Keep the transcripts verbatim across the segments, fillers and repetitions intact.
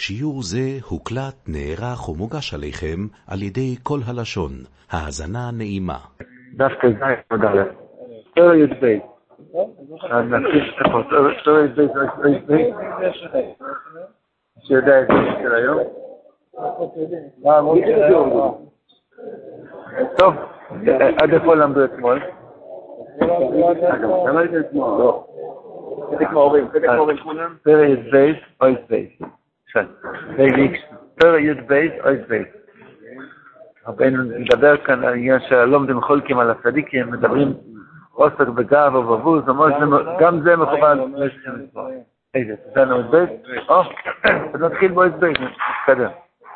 שיעור זה הוקלט, נערך ומוגש עליכם על ידי כל הלשון. האזנה נעימה. דווקא זה תודה לך. תורה י"ב. תורה י"ב. שיודע את זה של היום. טוב, עד איפה למדו אתמול? למה הייתם אתמול? לא. פתק מהורים, פתק מהורים כולם? תורה י"ב או י"ב. תורה י"ב או י"ב. רבינו מדבר כאן על העניין שהלומדים חולקים על הצדיקים, מדברים עוסק בגאווה ובבוז, גם זה מכוון לשם מצוות. איזה, תדענו את בית? או, אז נתחיל בו את בית, בסדר.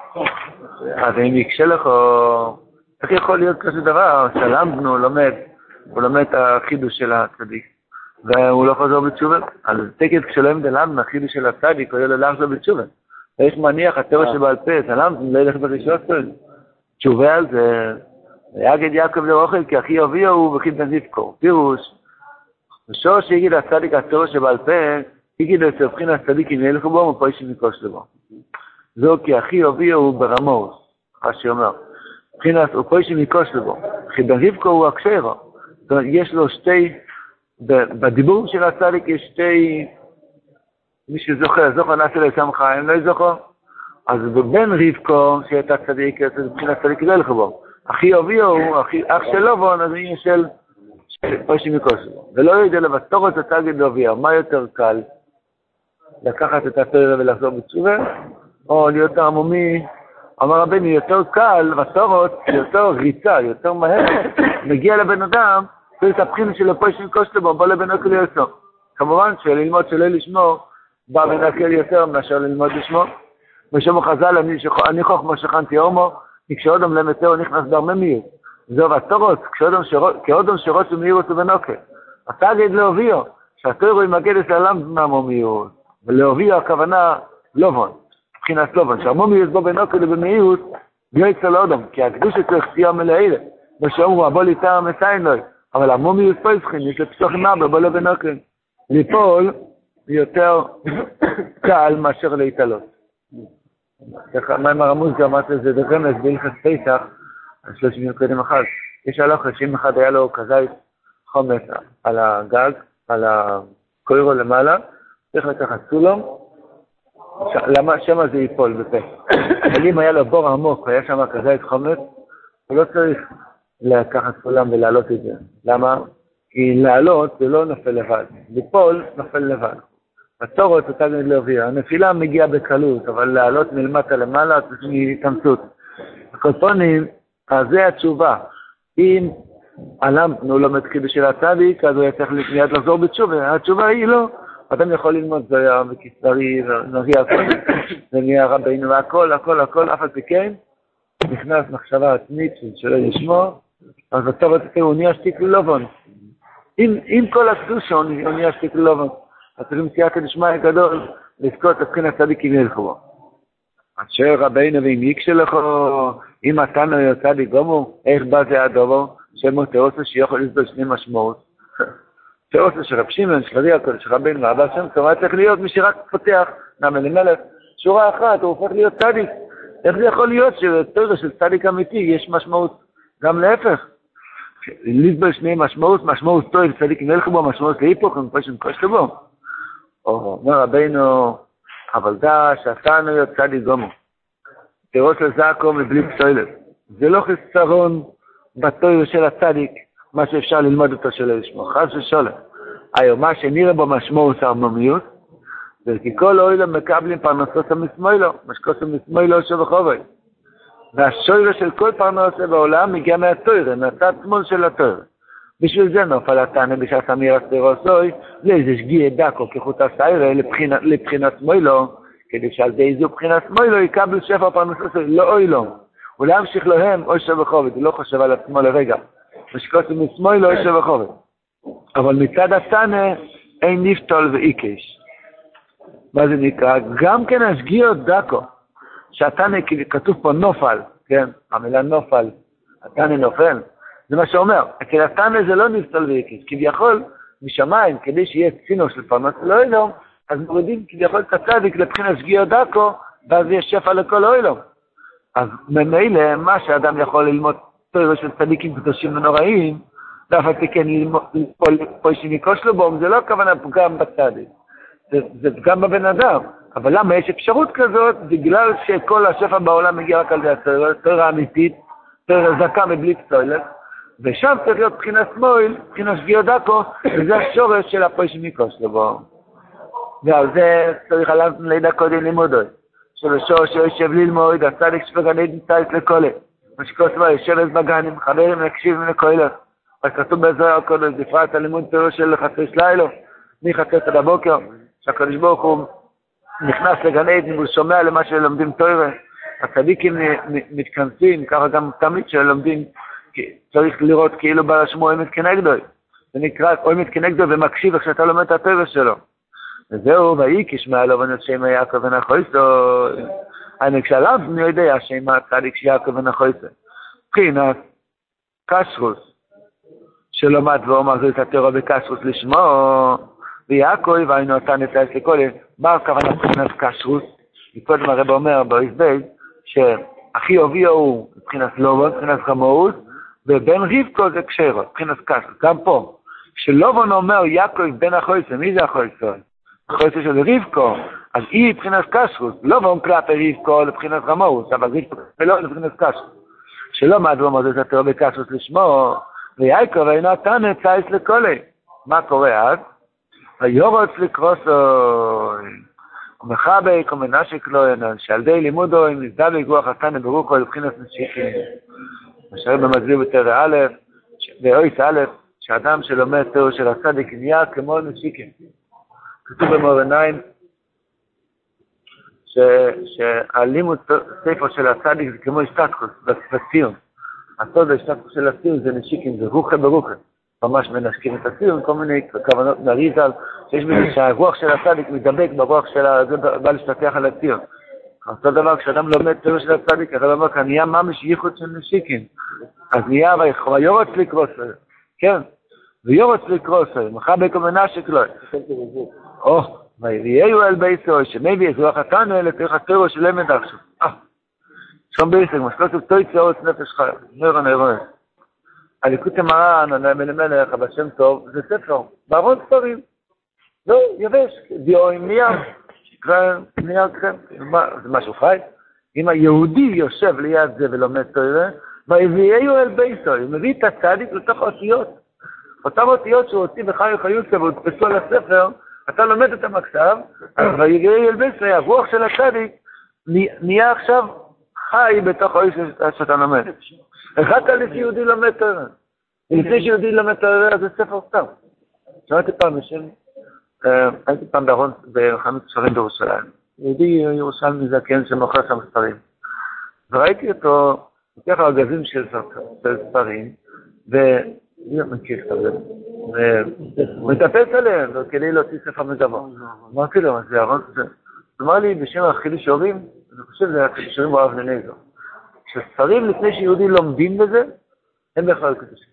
אז אם יקשה לך, איך יכול להיות כזה דבר, שלמדנו, לומד, הוא לומד את החידוש של הצדיק, והוא לא חוזר בתשובה. אז תקד כשלומד למד החידוש של הצדיק, הוא לא לחזור בתשובה. ואיך מניח הטבע שבעל פה, שלמד, לא ילך בראשון סוד. תשובה על זה, יגד יעקב לאוכל, כי אחי אביו הוא וכי בנזיפקו. פירוש, בשור שיגיד הצדיק הטבע שבעל פה, יגיד את הבחין הצדיק אם ילכו בו, הוא פויש מקוש לבו. זו כי אחי אביו הוא ברמוס, מה שאומר. מבחינת הוא פויש מקוש לבו. וכי בנזיפקו הוא הקשרו. זאת אומרת, יש לו שתי, בדיבור של הצדיק יש שתי, מי שזוכר, זוכר נעשה לשם חיים, לא זוכר. אז בבן רבקו, שהייתה צדיק, אז מבחינת צדיק לא ילכו בו. אחי אביו הוא אח שלו בו, אז הוא של פויש מקוש לבו. ולא יודע לבטור את הצדיק לאביו, מה יותר קל? לקחת את התורה ולחזור בתשובה, או להיות עמומי. אמר רבינו, יותר קל, ותורות, יותר ריצה, יותר מהר, מגיע לבן אדם, צריך הבחין של הפויש מקוש לבו, בא לבן אקל יותר. כמובן שללמוד שלא לשמור, בא בן אקל יותר מאשר ללמוד לשמור. ושמו חז"ל, אני חוכמה שכנתי הומו, כי כשאודם למתאו נכנס בהרממיות. זו ותורות, כאודם שרוץ ומהירות ובן אקל. אתה אגיד להוביו, שהתורה היא מגדת לעולם מהמומיות. ולהוביע הכוונה לובון, מבחינת לובון, שהמומיות בו בנוקל ובמהירות, יועצה לאודם, כי הקדוש אצלך צייה מלאלה, ושאומרו, הבוא ליטר מסיין לו, אבל המומיות פה יבחין, יש לפסוח עם אבא, בוא לא בנוקל. ליפול יותר קל מאשר להתעלות. מה עם הרמוז גרמת לזה דרמז בהלכת פסח, על שלושים יום קודם אחד, יש הלוך שאם אחד היה לו כזית חומץ על הגג, על הקוירו למעלה, צריך לקחת סולם, למה שמה זה ייפול בפה. אבל אם היה לו בור עמוק, היה שם כזית חומץ, הוא לא צריך לקחת סולם ולהעלות את זה. למה? כי להעלות זה לא נופל לבד, ליפול נופל לבד. התורות אותה גם להוביל, הנפילה מגיעה בקלות, אבל להעלות מלמטה למעלה צריכים להתאמצות. הקופונים, אז זה התשובה. אם עלמנו לא מתחיל של הצדיק, אז הוא היה צריך מיד לחזור בתשובה. התשובה היא לא. אדם יכול ללמוד זויה וקיסרי ונביא הכל, ונהיה רבינו והכל, הכל, הכל, אף על פי כן, נכנס מחשבה עצמית שלא לשמור, אז הטוב הזה הוא נהיה שתיק ללובון. עם כל הקדושה הוא נהיה שתיק ללובון. אז צריכים סייעתא דשמיא גדול, לזכות לבחין הצדיק אם ילכו בו. אשר רבינו ואם יקשה לך, אם התנא יוצא לגומו, איך בא זה הדובו, שמו תאוסו שיכול לסבור שני משמעות. תאוסו שרב שמעון, שחרי הכל, שרבינו ואבא שם, תורה צריך להיות מי שרק פותח, נאמן למלך, שורה אחת, הוא הופך להיות צדיק. איך זה יכול להיות שתורה של צדיק אמיתי יש משמעות גם להפך? לסבור שני משמעות, משמעות טוב, צדיק אם ילכו בו, משמעות להיפוך, הם פשוט מקוש לבו. אומר רבינו, אבל דע שעתנו יוצא לגומו. תירוש לזעקו מבלי פסולת. זה לא חסרון בתורה של הצדיק, מה שאפשר ללמוד אותו שלא לשמור. חס ושולם. היום מה שנראה בו משמעות הרמומיות, זה כי כל אוהלם מקבלים פרנסות משמאלו, משקוסו משמאלו שבחובי. והשוירה של כל פרנסה בעולם מגיע מהתורה, מהצד שמאל של התורה. בשביל זה נופל התנא בשעת אמירת תירוסוי, לאיזה שגיאה דקו כחוט הסיירה לבחינת שמאלו, כדי שעל די זו בחינת שמאלו יקבל שפע פרנסות, לא אוי לו. ולהמשיך להם אוי שבחובי, הוא לא חושב על עצמו לרגע. משקוסו משמאלו אוי שבחובי. אבל מצד התנא אין נפתול ואיקש. מה זה נקרא? גם כן השגיאות דקו, שהתנא כתוב פה נופל, כן? המילה נופל, התנא נופל. זה מה שאומר, אצל התנא זה לא נפתול ואיקש, כביכול משמיים, כדי שיהיה צינו של פרנס לא אלו, אז מורידים כביכול את הצדיק לבחינת שגיאות דקו, ואז יש שפע לכל העולם. אז ממילא מה שאדם יכול ללמוד תורה של צדיקים קדושים ונוראים, ואף על פי כן ללמוד פוישים מכושלו בו, זה לא הכוונה פגם בצדיק, זה, זה פגם בבן אדם. אבל למה יש אפשרות כזאת? בגלל שכל השפע בעולם מגיע רק על ידי התורה, תורה אמיתית, תורה זכה מבלי פסולת, ושם צריך להיות בחינת מויל, בחינת שגיאות דקו, וזה השורש של הפוישים מכושלו בו. ועל זה צריך עליו לידע קודם לימודוי. שבשורש שיושב ללמוד, הצדיק שבגני נמצא לכולה. מה שכותב יושב את בגנים, חברים להקשיב לכולה. אז כתוב בזוהר הקודש, בפרט הלימוד תורה של חצי שלילו, מחצי עד הבוקר, שהקדוש ברוך הוא נכנס לגני עדן והוא שומע למה שלומדים תורה. הצדיקים מתכנסים, ככה גם תמיד שלומדים, צריך לראות כאילו בעל השמו אמת כנגדו. זה נקרא אמת כנגדו ומקשיב איך שאתה לומד את התורה שלו. וזהו, ואי כשמע לו ונשם יעקב ונחויסו. אני כשעליו אני יודע שם הצדיק שיעקב ונחויסו. בחינת קשרוס, שלומד ואומר זאת התורה בקשרוס לשמו, ויעקב והיינו נתן את העס לכל, מה הכוונה בחינת קשרוס? מקודם הרב אומר באיזבייז, שהכי הוביע הוא מבחינת לובון, מבחינת חמאות, ובן רבקו זה קשרו, מבחינת קשרוס. גם פה, כשלובון אומר יעקב בן החויסו, מי זה החויסו? החויסו של רבקו, אז היא מבחינת קשרוס, לא ואום כלפי רבקו לבחינת חמאות, אבל רבקו לא לבחינת קשרוס. שלא מעד ואומר זאת התורה בקשרוס לשמו, ויעקב אינו נתן את העס לכל. מה קורה אז? ויורץ לקרוסו, ומחבק ומנשק לו, שעל די לימודו, אם נזדבק רוח התנא ברוחו לבחינת נשיקים. אשר במסביר בתורה א', באויס א', שאדם שלומד תורה של הצדיק נהיה כמו נשיקים. כתוב במורניים, שהלימוד ספר של הצדיק זה כמו השתתקוס, בציון. הסוד ההשתתקוס של הציון זה נשיקים, זה רוחה ברוחה. ממש מנשקים את הציון, כל מיני כוונות נריז על, שיש בזה שהרוח של הצדיק מדבק ברוח של ה... זה בא להשתתח על הציון. אותו דבר, כשאדם לומד תורה של הצדיק, אתה אומר כאן, נהיה ממש ייחוד של נשיקים. אז נהיה ויורץ לקרוס, כן, ויורץ לקרוס, מחבק ומנשק לו. או, ויהיו אל ביסו, שמביא את רוח התנא לתוך התורה של למד עכשיו. אה, שום ביסק, משלוש תויצה עוד נפש חיה, נראה נראה. הליקוטי מרן, הנאמן למלך, בשם טוב, זה ספר, בארון ספרים. לא, יבש, דיו עם נייר, שקרא נייר כאן, זה משהו חי. אם היהודי יושב ליד זה ולומד תורה, ויהיו אל ביסו, הוא מביא את הצדיק לתוך האותיות. אותם אותיות שהוא הוציא בחי וחיוצה והודפסו על הספר, אתה לומד אותם עכשיו, ויהיו אל ביסו, הרוח של הצדיק נהיה עכשיו חי בתוך האיש שאתה לומד. רק על לפי יהודי לומד תורה. לפני שיהודי לומד תורה זה ספר סתם. שמעתי פעם בשם, הייתי פעם בארון בחנות ספרים בירושלים. יהודי ירושלמי זקן שמוכר שם ספרים. וראיתי אותו, לוקח ארגזים של ספרים, ואני מכיר את זה. ומטפס עליהם, כדי להוציא ספר מגבר. אמרתי לו, זה ארון, זה... אמר לי, בשם החידוש הורים, אני חושב שזה החידוש הורים באב לנזר. כשספרים לפני שיהודי לומדים בזה, הם בכלל קדושים.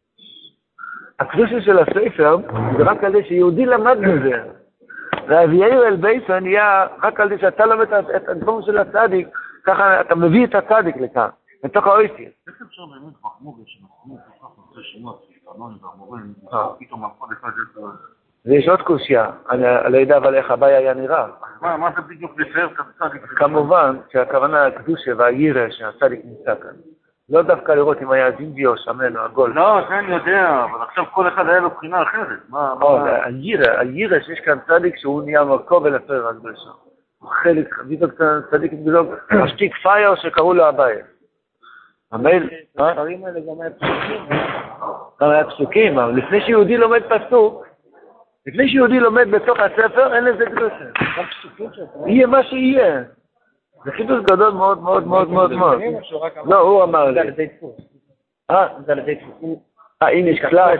הקדושה של הספר זה רק על זה שיהודי למד בזה. והביאו אל ביסו נהיה רק על זה שאתה לומד את הדברים של הצדיק, ככה אתה מביא את הצדיק לכאן, מתוך האויסי. איך אפשר באמת בחמור שמחמור כל כך נושא שמות, פתרונים והמורים, פתאום הכל אחד את זה? ויש עוד קושיה, אני לא יודע אבל איך הבעיה היה נראה. מה זה בדיוק לתאר את הצדיק? כמובן שהכוונה הקדושה והירא שהצדיק נמצא כאן. לא דווקא לראות אם היה זינג'י או שמן או עגול. לא, זה אני יודע, אבל עכשיו כל אחד היה לו בחינה אחרת. הירא, הירא שיש כאן צדיק שהוא נהיה מרכוב ולפר רק בשם. הוא חלק, בדיוק צדיק בדיוק, משתיק פייר שקראו לו הבעיה. המייל, הדברים האלה גם היה פסוקים. גם היה פסוקים, אבל לפני שיהודי לומד פסוק, לפני שיהודי לומד בתוך הספר, אין לזה קדושה. יהיה מה שיהיה. זה חידוש גדול מאוד מאוד מאוד מאוד מאוד. לא, הוא אמר לי. זה על ידי דפוס. אה? זה על ידי דפוס. אה, אם יש קלאס.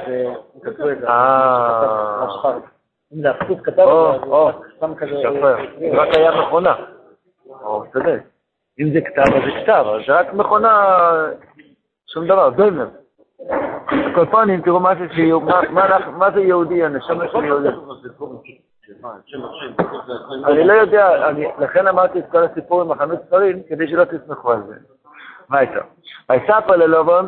אה. אם זה הפסוק כתב, או, או. כזה... שפר. רק היה מכונה. או, צודק. אם זה כתב, אז זה כתב. אז זה רק מכונה... שום דבר, דוימר. כל פעמים תראו מה זה יהודי, הנשמה של יהודי. אני לא יודע, לכן אמרתי את כל הסיפור עם החנות ספרים, כדי שלא תסמכו על זה. מה איתו? ויספר ללובון,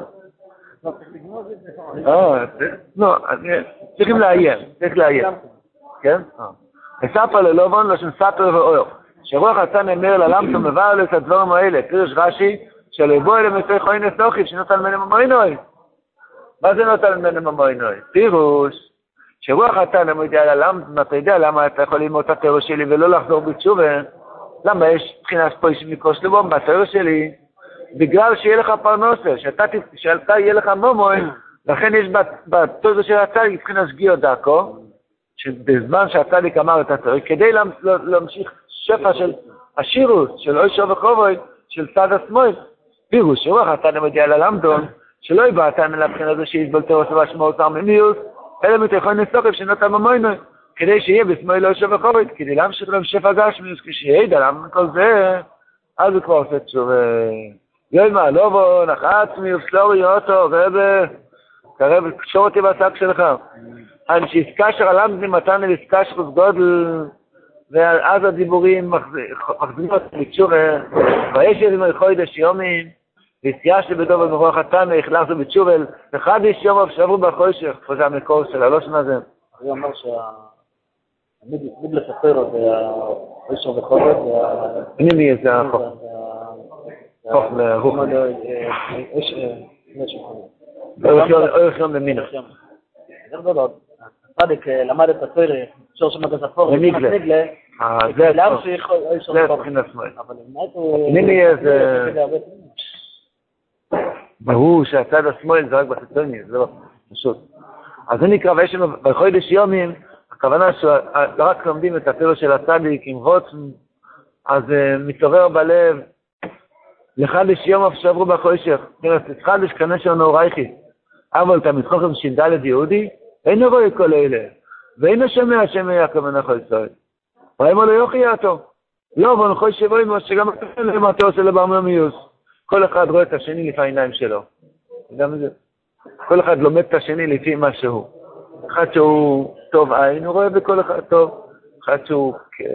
לא, צריכים לאיים, צריך לאיים, כן? ויספר ללובון, לא שנספר ואויר, שרוח הצה נאמר ללמתו מבאר לו את הדברים האלה, פירש רש"י, שלא יבוא אלה מצוי חוין לסוכי, שנותן מנם המוינוי. מה זה נותן מנם המוינוי? פירוש, שרוח אתה לא יודע למה, אתה יודע למה אתה יכול ללמוד את התיאור שלי ולא לחזור בתשובה? למה יש מבחינת פה יש מקוש לבום בתיאור שלי? בגלל שיהיה לך פרנוסה, שאתה, שאתה יהיה לך מומוי, לכן יש בתיאור של הצדיק מבחינת שגיאות דרכו, שבזמן שהצדיק אמר את התיאור, כדי להמשיך שפע של השירוס, של אוי שוב וחובוי, של צד השמאל, פירוש שרוח אתה לא יודע ללמדון, שלא יבעתן אל הבחינה הזו שיסבול תיאור שבשמעות הרממיוס, אלא מתיכון לסוכף שנותן ממוינו, כדי שיהיה בשמאל לא יושב וחובד, כדי להמשיך להם שפע גשמיוס, כשידע למה כל זה, אז הוא כבר עושה תשוב, יוי מה, לא בוא, נחת עצמי, סלורי, אוטו, רבה, קרב, קשור אותי בעסק שלך. אני שיסקשר הלמדים מתן לסקשר גודל, ואז הדיבורים מחזירים אותי לתשוב, ויש איזה מלכוידש יומים, ויסייש לבדו במרוח התנא, הכלחזו בתשובל, אחד איש יום שעברו בחושך, פה זה המקור של הלושן הזה. הוא אומר שהעמיד לספר זה החושך וחובד, מי מי זה החוך? חוך לרוח. יש אורך יום למינה. זה גדול, הצדיק למד את הספר, שור שם את הספור, לניגלה. זה התחיל לשמאל. מי מי זה... ברור שהצד השמאל זה רק בחיצוני, זה לא פשוט. אז זה נקרא, ויש לנו בחודש יומים, הכוונה שלא רק לומדים את התיאור של הצדיק עם רוצן, אז uh, מתעורר בלב, לחדש יום אף שעברו בחושך, חדש כנראה שלנו נורייכי, אבל אתה מתחוכם שינדלת יהודי, אינו רואה כל אלה, ואינו שומע שמע הכוונה כל ישראל. ראימו לא יוכי אותו, לא, אבל נכון שבואים, שגם אתה למה אתה עושה לברממיוס. כל אחד רואה את השני לפי העיניים שלו. כל אחד לומד את השני לפי מה שהוא. אחד שהוא טוב עין, הוא רואה בכל אחד טוב. אחד שהוא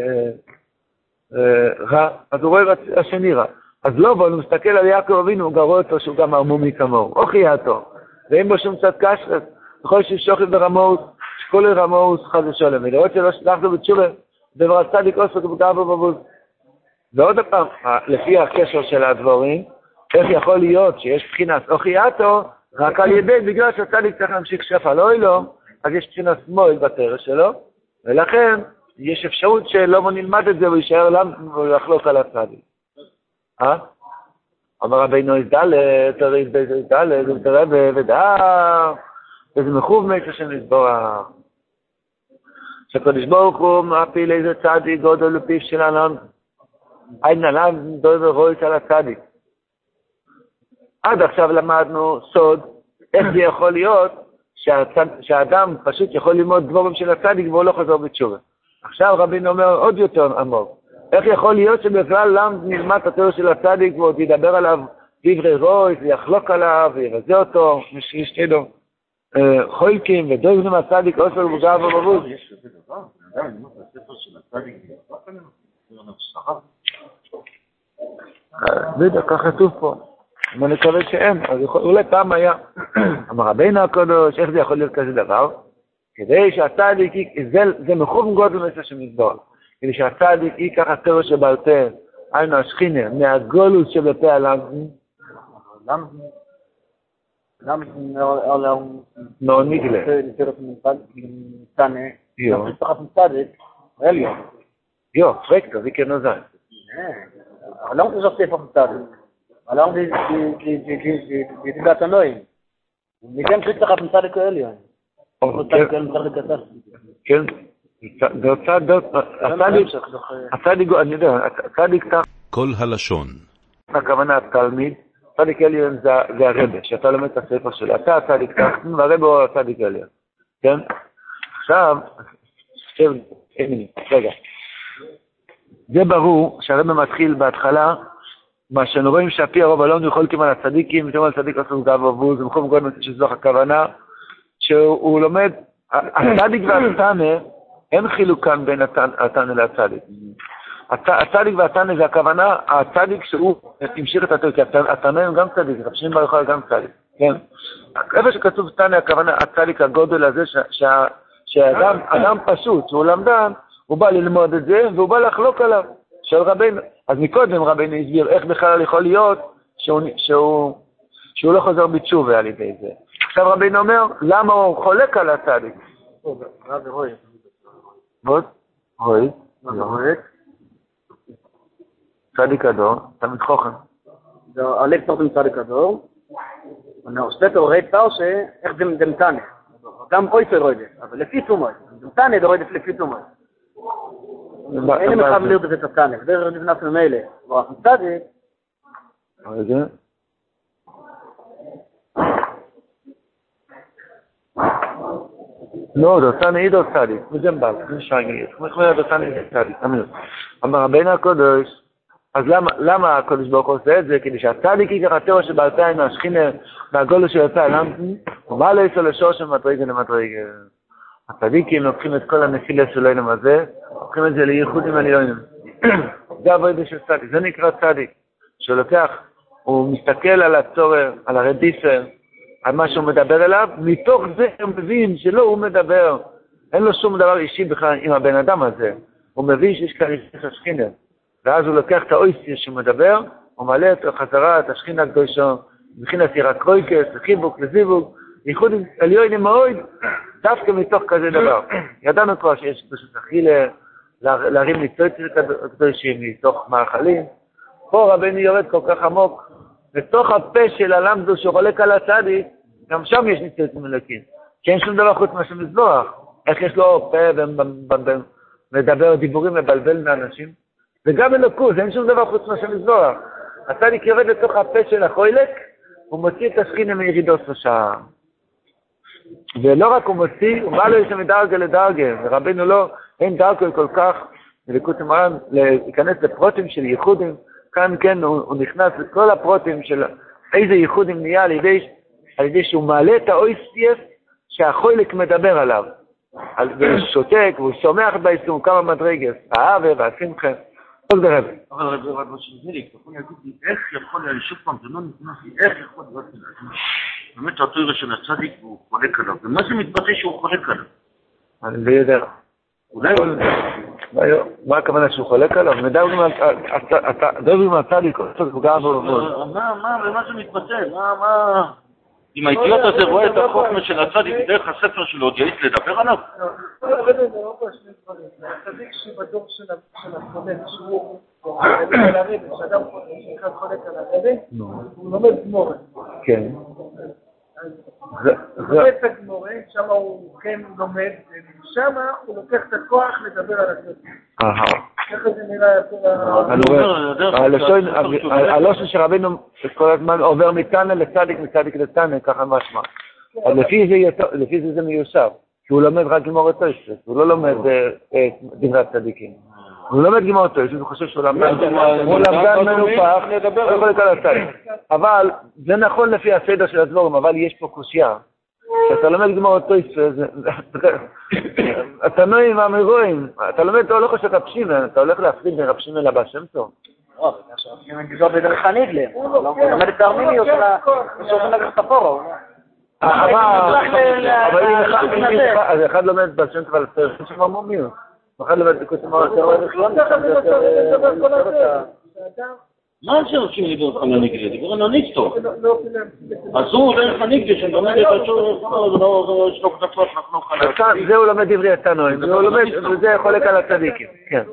רע, אז הוא רואה את השני רע. אז לא, אבל הוא מסתכל על יעקב אבינו, הוא רואה אותו שהוא גם ערמומי כמוהו. אוכייתו. ואין בו שום קצת קשרת. בכל ששוכב ברמאות, שכל רמאות חד ושולם. ולראות שלא שלחנו בתשובה, דבר הצדיק עוסק בגב ובבוז. ועוד הפעם, לפי הקשר של הדבורים, איך יכול להיות שיש בחינת אוכייתו, רק על ידי, בגלל שהצדיק צריך להמשיך שפע לא אלו, אז יש בחינת שמאל בתרא שלו, ולכן יש אפשרות שלא נלמד את זה וישאר למה ולחלוק על הצדיק. אה? אמר רבינו איזדלת, תריד באיזה איזדלת, ותראה בבדעה, וזה מחוב מישהו שנסבורה. שקודש ברוך הוא מפיל איזה צדיק גודל לפיו שלנו, אין עליו דובר רויס על הצדיק. עד עכשיו למדנו סוד, איך זה יכול להיות שהצד, שהאדם פשוט יכול ללמוד דבורים של הצדיק והוא לא חזור בתשובה. עכשיו רבינו אומר עוד יותר עמוק, איך יכול להיות שבכלל למה נלמד את התיאור של הצדיק ועוד ידבר עליו דברי רויס ויחלוק עליו וירזה אותו, משתי לו חולקים ודוברים הצדיק עושר ובגב ובבוז. יש לזה דבר, אני יודע, ללמוד את הספר של הצדיק ויחלוק עליו, זה לא נפשרה. בדיוק, כך כתוב פה. אני מקווה שאין, אז אולי פעם היה. אמר רבינו הקדוש, איך זה יכול להיות כזה דבר? כדי שהצדיק, זה מחוב גודל מסע שמסבור. כדי שהצדיק ייקח התיאור שבעל פה, היינו השכינה, מהגולוס שבפה הלמדים. למה מאוד נגלה. לתיאור מצטנה, יו. תחת מצטדיק, אליו. יו, פרקטו, זה כן נוזן. אבל למה זה ספר מצטדיק? אבל למה זה תדעת הנועים? מכן צריך לך מצטדיק אליו. כן, זה הוצא דעות, הצדיק, אני יודע, הצדיק תח... כל הלשון. הכוונה התלמיד, הצדיק אליון זה הרבה, שאתה לומד את הספר שלו, אתה הצדיק תח, והרבה הוא הצדיק אליון, כן? עכשיו, רגע, זה ברור שהרבה מתחיל בהתחלה, מה שאנו רואים שהפי הרוב הלום יכולתם על הצדיקים, ותאמר על צדיק עשו גב ובוז, זה מקום גוד מצא שזוך הכוונה, שהוא לומד, הצדיק והצטנה אין חילוק כאן בין התנא לצדיק. הצדיק והתנא זה הכוונה, הצדיק שהוא המשיך את התנא, כי התנא הם גם צדיק, רב שמעון בר יוחאי גם צדיק, כן? איפה שכתוב תנא, הכוונה, הצדיק הגודל הזה, שאדם אדם פשוט, שהוא למדן, הוא בא ללמוד את זה, והוא בא לחלוק עליו, של רבינו. אז מקודם רבינו הסביר איך בכלל יכול להיות שהוא, שהוא, שהוא לא חוזר בתשובה על ידי זה. עכשיו רבינו אומר, למה הוא חולק על הצדיק? רבי רוי. עוד? רוי? רוי? צדיק הדור, תמיד חוכם. הלקטור עם צדיק הדור, וספטר רואה פרשה, איך זה דמתנה. גם אויפר רואה, אבל לפי תומות. דמתנה זה רואה לפי תומות. אין לי מחב לראות את התנא, זה נבנס ממילא. אבל צדיק... רגע. לא, דותן אידו צדיק, וזה מבא, זה שרגלית. כמו שאומר דותן אידו צדיק, אמיר. אמר רבינו הקודש, אז למה, למה הקודש ברוך הוא עושה את זה? כדי שהצדיק ייקח התורה שבאלתיים מהשכינה, מהגולו שיוצא למתי, ומה לא יצא לשור של מטריגה למטריגה. הצדיקים לוקחים את כל הנפילה של אלוהים הזה, לוקחים את זה לייחוד עם אלוהים. זה עבודה של צדיק, זה נקרא צדיק. שהוא לוקח, הוא מסתכל על הצורר, על הרדיפה, על מה שהוא מדבר אליו, מתוך זה הוא מבין שלא הוא מדבר, אין לו שום דבר אישי בכלל עם הבן אדם הזה. הוא מבין שיש כאן אישי השכינה. ואז הוא לוקח את האויסטיה שמדבר, הוא מעלה את חזרה, את השכינה הקדושה, מכין עשירה קרויקס, לחיבוק, לזיבוק, ייחוד עם עליון עם האויד, דווקא מתוך כזה דבר. ידענו כבר שיש פשוט אכילה, להרים ניצוץ הקדושים מתוך מאכלים. פה רבינו יורד כל כך עמוק, בתוך הפה של הלמדו שחולק על הצדיק, גם שם יש ניצוץ מלוקים. כי אין שום דבר חוץ משהו מזבוח. איך יש לו פה ומדבר דיבורים מבלבל מאנשים? וגם אלוקות, אין שום דבר חוץ משהו מזבוח. הצדיק יורד לתוך הפה של החולק, הוא מוציא את השכינה מירידות לשעה. ולא רק הוא מוציא, הוא בא לו יש מדרגה לדרגה, ורבינו לא, אין דרגה כל כך, לליקוט מרן, להיכנס לפרוטים של ייחודים, כאן כן הוא, הוא נכנס לכל הפרוטים של איזה ייחודים נהיה על ידי, על ידי שהוא מעלה את האויסטייף שהחולק מדבר עליו. והוא שותק, והוא שומח ביישום, כמה מדרגס, האהבה והשמחה, כל דרב. אבל רבי רבי שמזליק, אתה יכול להגיד לי, איך יכול לי, שוב פעם, זה לא נכנס לי, איך יכול להיות לי, באמת התורה של הצדיק והוא חולק עליו, ומה זה מתבטא שהוא חולק עליו? אני לא יודע. אולי הוא... מה הכוונה שהוא חולק עליו? מדברים על הצדיק, מה, מה, ומה זה מתבטא? מה, מה... אם האידיוט הזה רואה את החוכמה של הצדיק דרך הספר שלו, עוד יעיץ לדבר עליו? הצדיק שבדור של החולק, שהוא חולק על הרבי, שאדם חולק על הרבי, הוא לומד גמורה. כן. הוא לומד את הגמורה, שם הוא כן לומד, ושם הוא לוקח את הכוח לדבר על הצדיק. ככה זה נראה יותר... הלושן שרבינו כל הזמן עובר מתנא לצדיק, מצדיק לתנא, ככה משמע. אז לפי זה זה מיושב, כי הוא לומד רק גמורת תוספות, הוא לא לומד דברי הצדיקים. הוא לומד גמורת תוספות, הוא חושב שהוא למדן מנופח, הוא יכול לקרוא לצדיק. אבל זה נכון לפי הסדר של הדבורים, אבל יש פה קושיה. כשאתה לומד גמורת תוספות, אתה נועים מהמרואים, אתה לומד, אתה לא חושב את הפשימן, אתה הולך להפריד בין הפשימן לבא שם טוב. לא, זה בדרך הניגלה, הוא לומד את הארמיניות של נגד ספורו. אבל אם אחד לומד בשם טוב על הסרט, שם המומיות. אחד לומד בקוסם מה זה רוצים לדבר על הנגלה? דיבר על הניסטו. אז הוא דרך הנגלה שלומד את השור, יש לו כתפות לחנוך עליו. זה הוא לומד דברי התנועים, וזה חולק על הצדיקים. כן.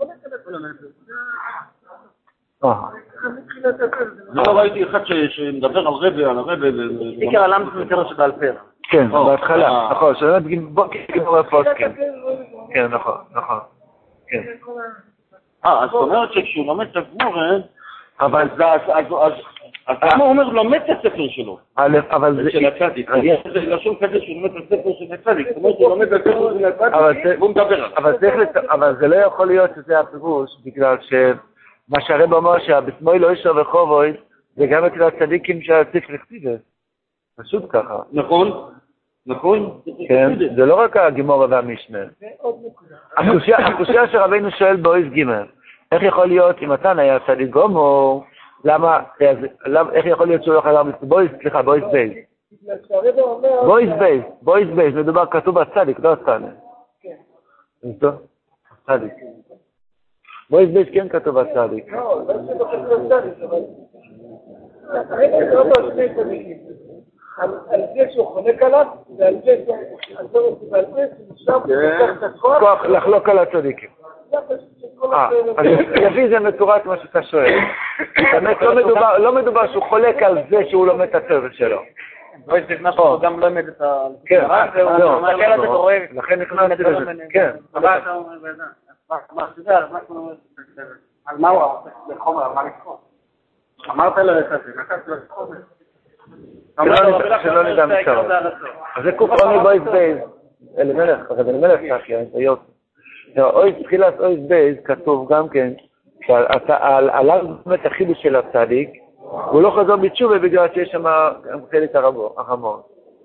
לא ראיתי אחד שמדבר על רבי, על הרבי. עיקר הלמד מתאר שבעל פה. כן, בהתחלה, נכון, שלומד גמור רפות, כן. כן, נכון, נכון. אה, אז זאת אומרת שכשהוא לומד את הגמור, אבל אז למה הוא אומר לומד את הספר שלו? של הצדיק. יש לשון כזה שהוא לומד את הספר של הצדיק. זאת אומרת שהוא לומד את הספר של הצדיק, והוא מדבר עליו. אבל זה לא יכול להיות שזה הפירוש, בגלל שמה שהרב אומר שבשמאל לא ישר וחובוי, זה גם אצל הצדיקים של הספר לכתיבה. פשוט ככה. נכון. נכון? כן, זה לא רק הגימורה והמשנה. הקושיה שרבינו שואל באויס גימל, איך יכול להיות אם מתן היה צדיק גמור, למה, איך יכול להיות שהוא לא חזר בויס, סליחה, בויס בייס. בויס בייס, בויס בייס, מדובר כתוב בצדיק, לא הצדיק. כן. צדיק. בויס בייס כן כתוב בצדיק. לא, לא כתוב בצדיק, אבל... הרגע לא לא שני צדיקים. על זה שהוא חולק עליו, ועל זה שהוא ועל זה שהוא נשאר את הכוח. כוח לחלוק על הצדיקים. לפי זה מצורת מה שאתה שואל. באמת לא מדובר שהוא חולק על זה שהוא לומד את הצוות שלו. לא יש נכנס שהוא גם לא לומד את ה... כן, לכן נכנס את זה. כן. מה שזה, על מה הוא לחומר, על מה לקרוא? אמרת לו את זה, נקעת לו את חומר. שלא נדע מקרוב. אז זה קופרוני בויס בייס. אלימלך, אבל אלימלך ככה, את היופי. תחילת אויס בייס כתוב גם כן, שעליו באמת החידוש של הצדיק, הוא לא חזור בתשובה בגלל שיש שם חלק הרמון.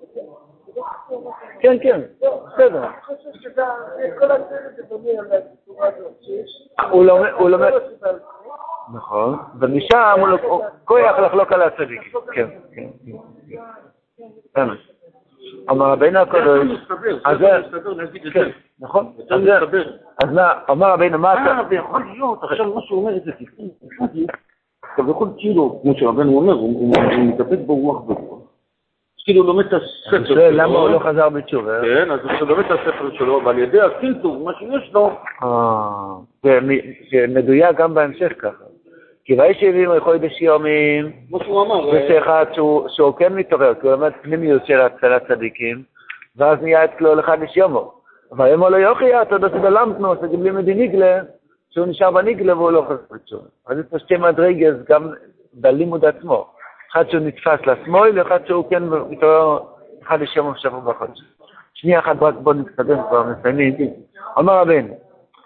כן, כן, בסדר. אני חושב שכל הצוות זה דומה על הצורה הזאת, שיש... הוא לומד... נכון, ומשם הוא כוח לחלוק על הצדיק. כן, כן, כן. אמר רבינו הקדוש, אז זה... כן, נכון? אז מה, אמר רבינו, מה אתה... אה, ויכול להיות, עכשיו מה שהוא אומר את זה, אתה יכול כאילו, כמו שרבנו אומר, הוא מתאבד ברוח ברוח. כאילו הוא לומד את הספר שלו. למה הוא לא חזר בתשובה? כן, אז הוא לומד את הספר שלו, ועל ידי הקינטור, מה שיש לו... זה מדויק גם בהמשך ככה. כי ראי שהביאים יכול להיות בשיומים, כמו שהוא אמר, ושאחד שהוא כן מתעורר, כי הוא לומד פנימיות של הצדיקים, ואז נהיה אצלו אחד לשיומו. אבל אם הוא לא יוכיח, אתה יודע שבלמתנו, שגיבלי מדיניגלה, שהוא נשאר בניגלה והוא לא חזר בתשובה. אז יש פה שתי מדרגס גם בלימוד עצמו. אחד שהוא נתפס לשמאל, ואחד שהוא כן מתעורר אחד לשיומו שבוע בחודש. שנייה אחת רק בוא נתקדם כבר, מסיימים. אומר רבינו,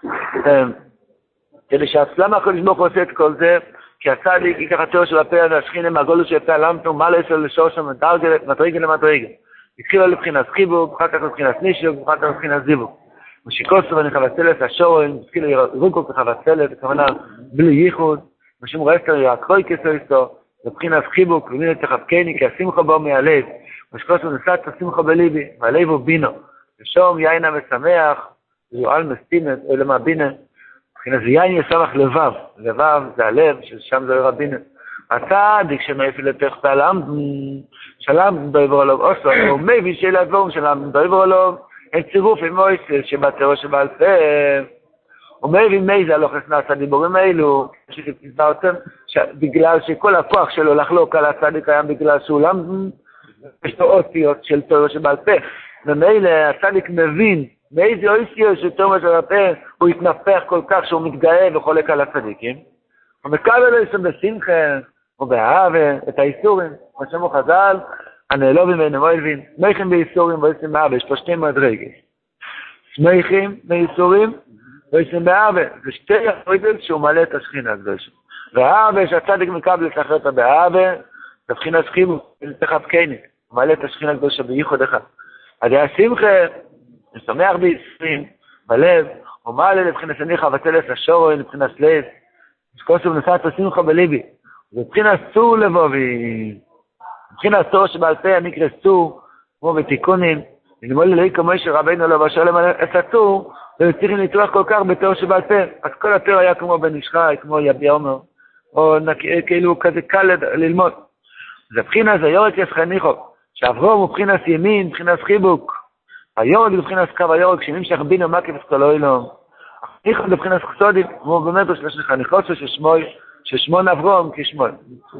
כדי שהצלמה הקדוש ברוך הוא עושה את כל זה, כי הצדיק ייקח התיאור של הפה והשכינה מהגולוס שיצא למתנו, מה לא יסול לשור שם מדרגל למדרגל. התחילה לבחינת חיבוק, אחר כך לבחינת נישוק, אחר כך לבחינת זיבוק. משיקוסו ונכבצלת השורן, התחילה ירוקו כחבצלת, הכוונה בלי ייחוד, משום רסטר יעקרוי כסויסו, לבחינת חיבוק, ומינו תחבקני, כי השמחו בו מהלב, משיקוסו נסעת השמחו בליבי, והלב הוא בינו, ושום ייינה משמח, ויועל מסתימת, או למה בינה, מבחינת זה יין ישמח לבב, לבב זה הלב, ששם זה רבינו. הצדיק שמאפיל את תחת העלם, שלם דויבר עליו אוסו, הוא מביא שאלה דבורם שלם דויבר עליו, אין צירוף עם מויסל שבתרו שבעל פה, הוא מביא מי זה הלוך לסנס הדיבורים האלו, שתסברתם, בגלל שכל הכוח שלו לחלוק על הצדיק קיים בגלל שהוא למד, יש לו אותיות של תרו שבעל פה, ומילא הצדיק מבין, מאיזה אויסיות של תרו שבעל פה, הוא יתנפח כל כך שהוא מתגאה וחולק על הצדיקים, הוא מקבל לו יסוד בשמחה, ובאהבה, את האיסורים, כמו שאמרו חז"ל, הנעלובים והנמוילבים, שמחים באיסורים ואיסורים באהבה, יש פה שתי מדרגות. שמחים באיסורים ואיסורים באהבה, זה שתי החוידל שהוא מלא את השכינה הקדושה. והאהבה שהצדיק מקבל את אחרת באהבה, זה בחינת שכימו, תחבקני, הוא מלא את השכינה הקדושה בייחוד אחד. אז היה שמחה, שמח באיסורים, בלב, הוא מעלה לבחינת שניחה ותלס השורוי, לבחינת לב, שכוסו ונסעת שמחה בליבי. זה מבחינת סור לבובי. מבחינת סור שבעל פה נקרא סור, כמו בתיקונים, נלמוד ללהי כמו שרבינו לא בשלם את הסור, וצריכים לתרוח כל כך בתיאור שבעל פה. אז כל התיאור היה כמו בן ישחי, כמו יבי עומר, או כאילו כזה קל ללמוד. זה מבחינת היורק ישכניחו, שאברום הוא מבחינת ימין, מבחינת חיבוק. היורק זה מבחינת קו היורק, שנמשך בינו מקף סקולוי לו. ניחו לבחינת חסודים, כמו באמת יש לך ניחוסו ששמון אברום כשמון.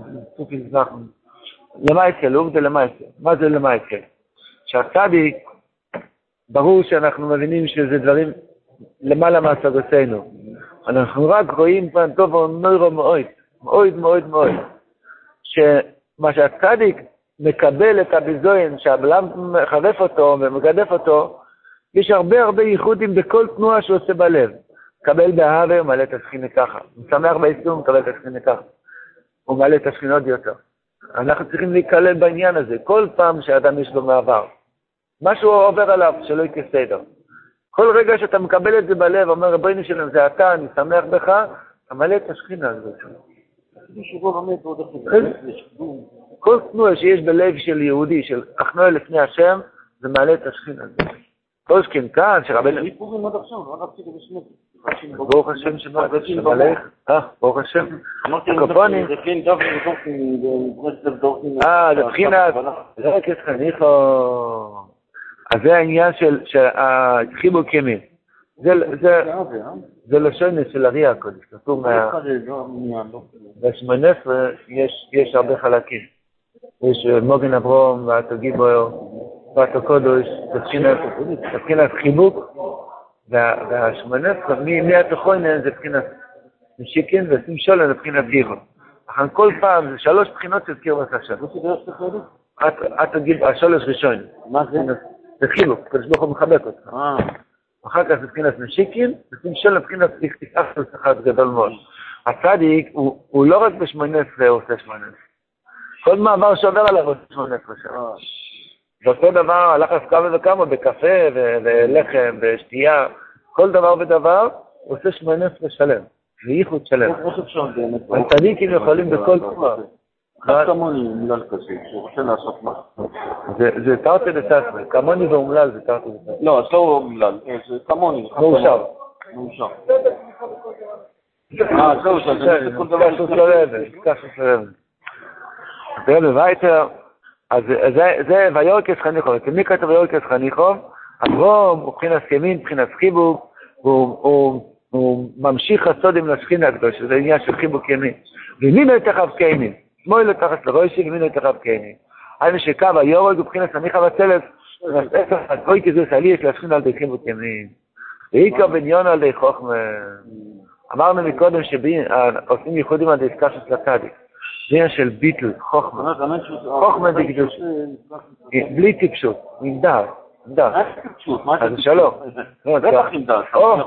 למה אצל? הוא זה למה אצל. מה זה למה אצל? שהצדיק, ברור שאנחנו מבינים שזה דברים למעלה מהשגותינו. אנחנו רק רואים פעם טוב ונוירו מאוד, מאוד מאוד מאוד, שמה שהצדיק מקבל את הביזוין, שהבלם מחרף אותו ומגדף אותו, יש הרבה הרבה ייחודים בכל תנועה שהוא עושה בלב. קבל באהבה, הוא מעלה את השכינה ככה. הוא שמח באיסור, הוא מקבל את השכינה ככה. הוא מעלה את השכינות יותר. אנחנו צריכים להיכלל בעניין הזה. כל פעם שאדם יש לו מעבר, משהו עובר עליו, שלא יקרה סדר. כל רגע שאתה מקבל את זה בלב, אומר רבינו שלנו, זה אתה, אני שמח בך, אתה מלא את השכינה הזאת. כל תנועה שיש בלב של יהודי, של אחנוע לפני השם, זה מעלה את השכינה הזאת. כל שכן כאן, שרבנו... ברוך השם שמלך, אה, ברוך השם. הקופונים. אה, זה בחינת, זה רק יש חניכו. אז זה העניין של החיבוק ימין. זה לשון של אריה הקודש. כתוב בשמונה עשרה יש הרבה חלקים. יש מוגן אברום, ואתו גיבור, ואתו קודש, זה בחינת חיבוק. והשמונה עשרה, מהתוכוינן זה בחינת משיקין, ועשים שולן זה בחינת גיבור. לכן כל פעם זה שלוש בחינות של קרבת השם. אתו גיבור, השולש ראשון. מה זה? זה חילוק, קדוש ברוך הוא מחבק אותך. אחר כך זה בחינת משיקין, ושים שולן בחינת תקתיקה של שכר גדול מאוד. הצדיק הוא לא רק בשמונה עשרה הוא עושה שמונה עשרה. כל מעבר שעובר עליו הוא עושה שמונה עשרה שעה. ואותו דבר הלך כמה וכמה בקפה ולחם ושתייה, כל דבר ודבר הוא עושה שמונה עשרה שלם, וייחוד שלם. הצדיקים יכולים בכל תחום. כמוני אומלל כזה, שרוצה לעשות מה? זה תרתי דתסמי, כמוני ואומלל זה תרתי דתסמי. לא, אז לא אומלל, זה כמוני. מאושר. מאושר. אה, זהו, זה כל דבר קשו סלבל, קשו סלבל. תראה בבייטר, אז זה ויורקס חניכוב, מי כתב ויורקס חניכוב? אברום הוא מבחינת סכמין, מבחינת חיבוק, הוא ממשיך הסודים לשכינה הקדוש, זה עניין של חיבוק ימין. וימינו יתחב כימין, שמאל לא תחס לראשי, וימינו יתחב כימין. היינו שקו היורק מבחינת סמיכה בצלף, אוי כזוס עלי יש להשכין על די חיבוק ימין. ואיקר בניון על די חוכמה. אמרנו מקודם שעושים ייחודים על די סקשת לצדיק. זה עניין של ביטל, חוכמה. חוכמה דקדוש. בלי טיפשות, עם דעת. דעת. אז זה שלום. בטח עם דעת.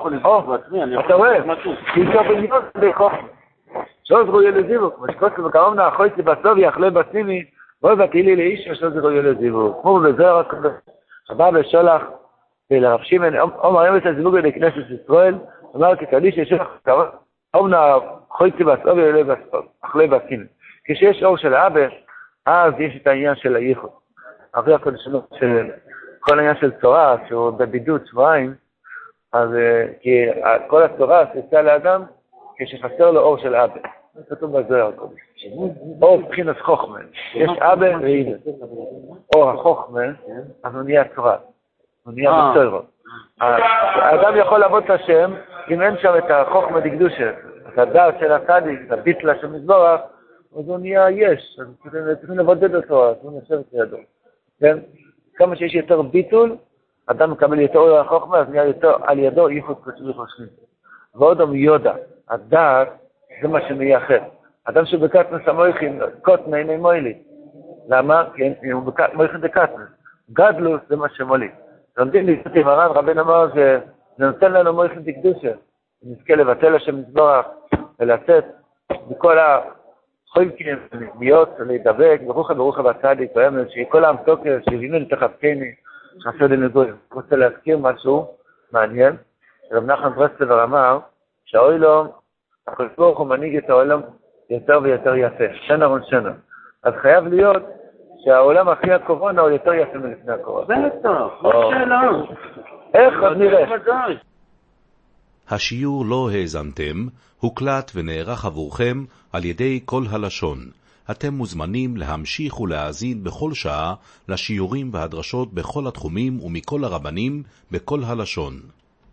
אתה רואה, איקר בניון על די חוכמה. שלוש ראויה לזיווק, משקוסו וקרומנה החויצי בסוף יחלה בסימי, בואי ותהילי לאיש ושלוש ראויה לזיווק. כמו בזוהר הקודם, חבר בשולח, ולרב שימן, אומר היום את הזיווג על כנסת ישראל, אומר כקדיש ישולח קרומנה החויצי בסוף יחלה בסימי. כשיש אור של האבא, אז יש את העניין של הייחוד. אחרי הקודש של כל העניין של צורה, שהוא בבידוד שבועיים, אז כי כל הצורה שיצא לאדם, כשחסר לו אור של אבא. זה כתוב בזוהר הקודש. אור בחינת חוכמה. יש אבא ואימא. אור החוכמה, אז הוא נהיה צורה. הוא נהיה בצורו. האדם יכול לעבוד את השם, אם אין שם את החוכמה דקדושה, את הדעת של הצדיק, את הביטלה של מזבורך, אז הוא נהיה יש. אז צריכים לבודד אותו, אז הוא נשב לידו. כמה שיש יותר ביטול, אדם מקבל יותר אור החוכמה, אז נהיה יותר על ידו ייחוד קודשי וחושבים. ועוד המיודה, הדעת, זה מה שמייחד. אדם שבקטנס המויכין, קוטנה איני מוילי. למה? כי הוא מויכין דקטנס. גדלוס זה מה שמוליד. לומדים להסתים, הרב רבן אמר שזה נותן לנו מויכין דקדושה. נזכה לבטל השם מזבורך ולצאת מכל החולקים, להיות, להידבק, ברוך ברוך בצדיק, שכל העם תוקר, שהבינו לתחבקני, שעשו לנגויים. אני רוצה להזכיר משהו מעניין. רב נחמן ברסלב אמר שהאוי לו, הקדוש ברוך הוא מנהיג את העולם יותר ויותר יפה, שנה רון שנה. אז חייב להיות שהעולם אחרי הקורונה הוא יותר יפה מלפני הקורונה. בטח, שאלה. איך? אז נראה. השיעור לא האזנתם, הוקלט ונערך עבורכם על ידי כל הלשון. אתם מוזמנים להמשיך ולהאזין בכל שעה לשיעורים והדרשות בכל התחומים ומכל הרבנים בכל הלשון.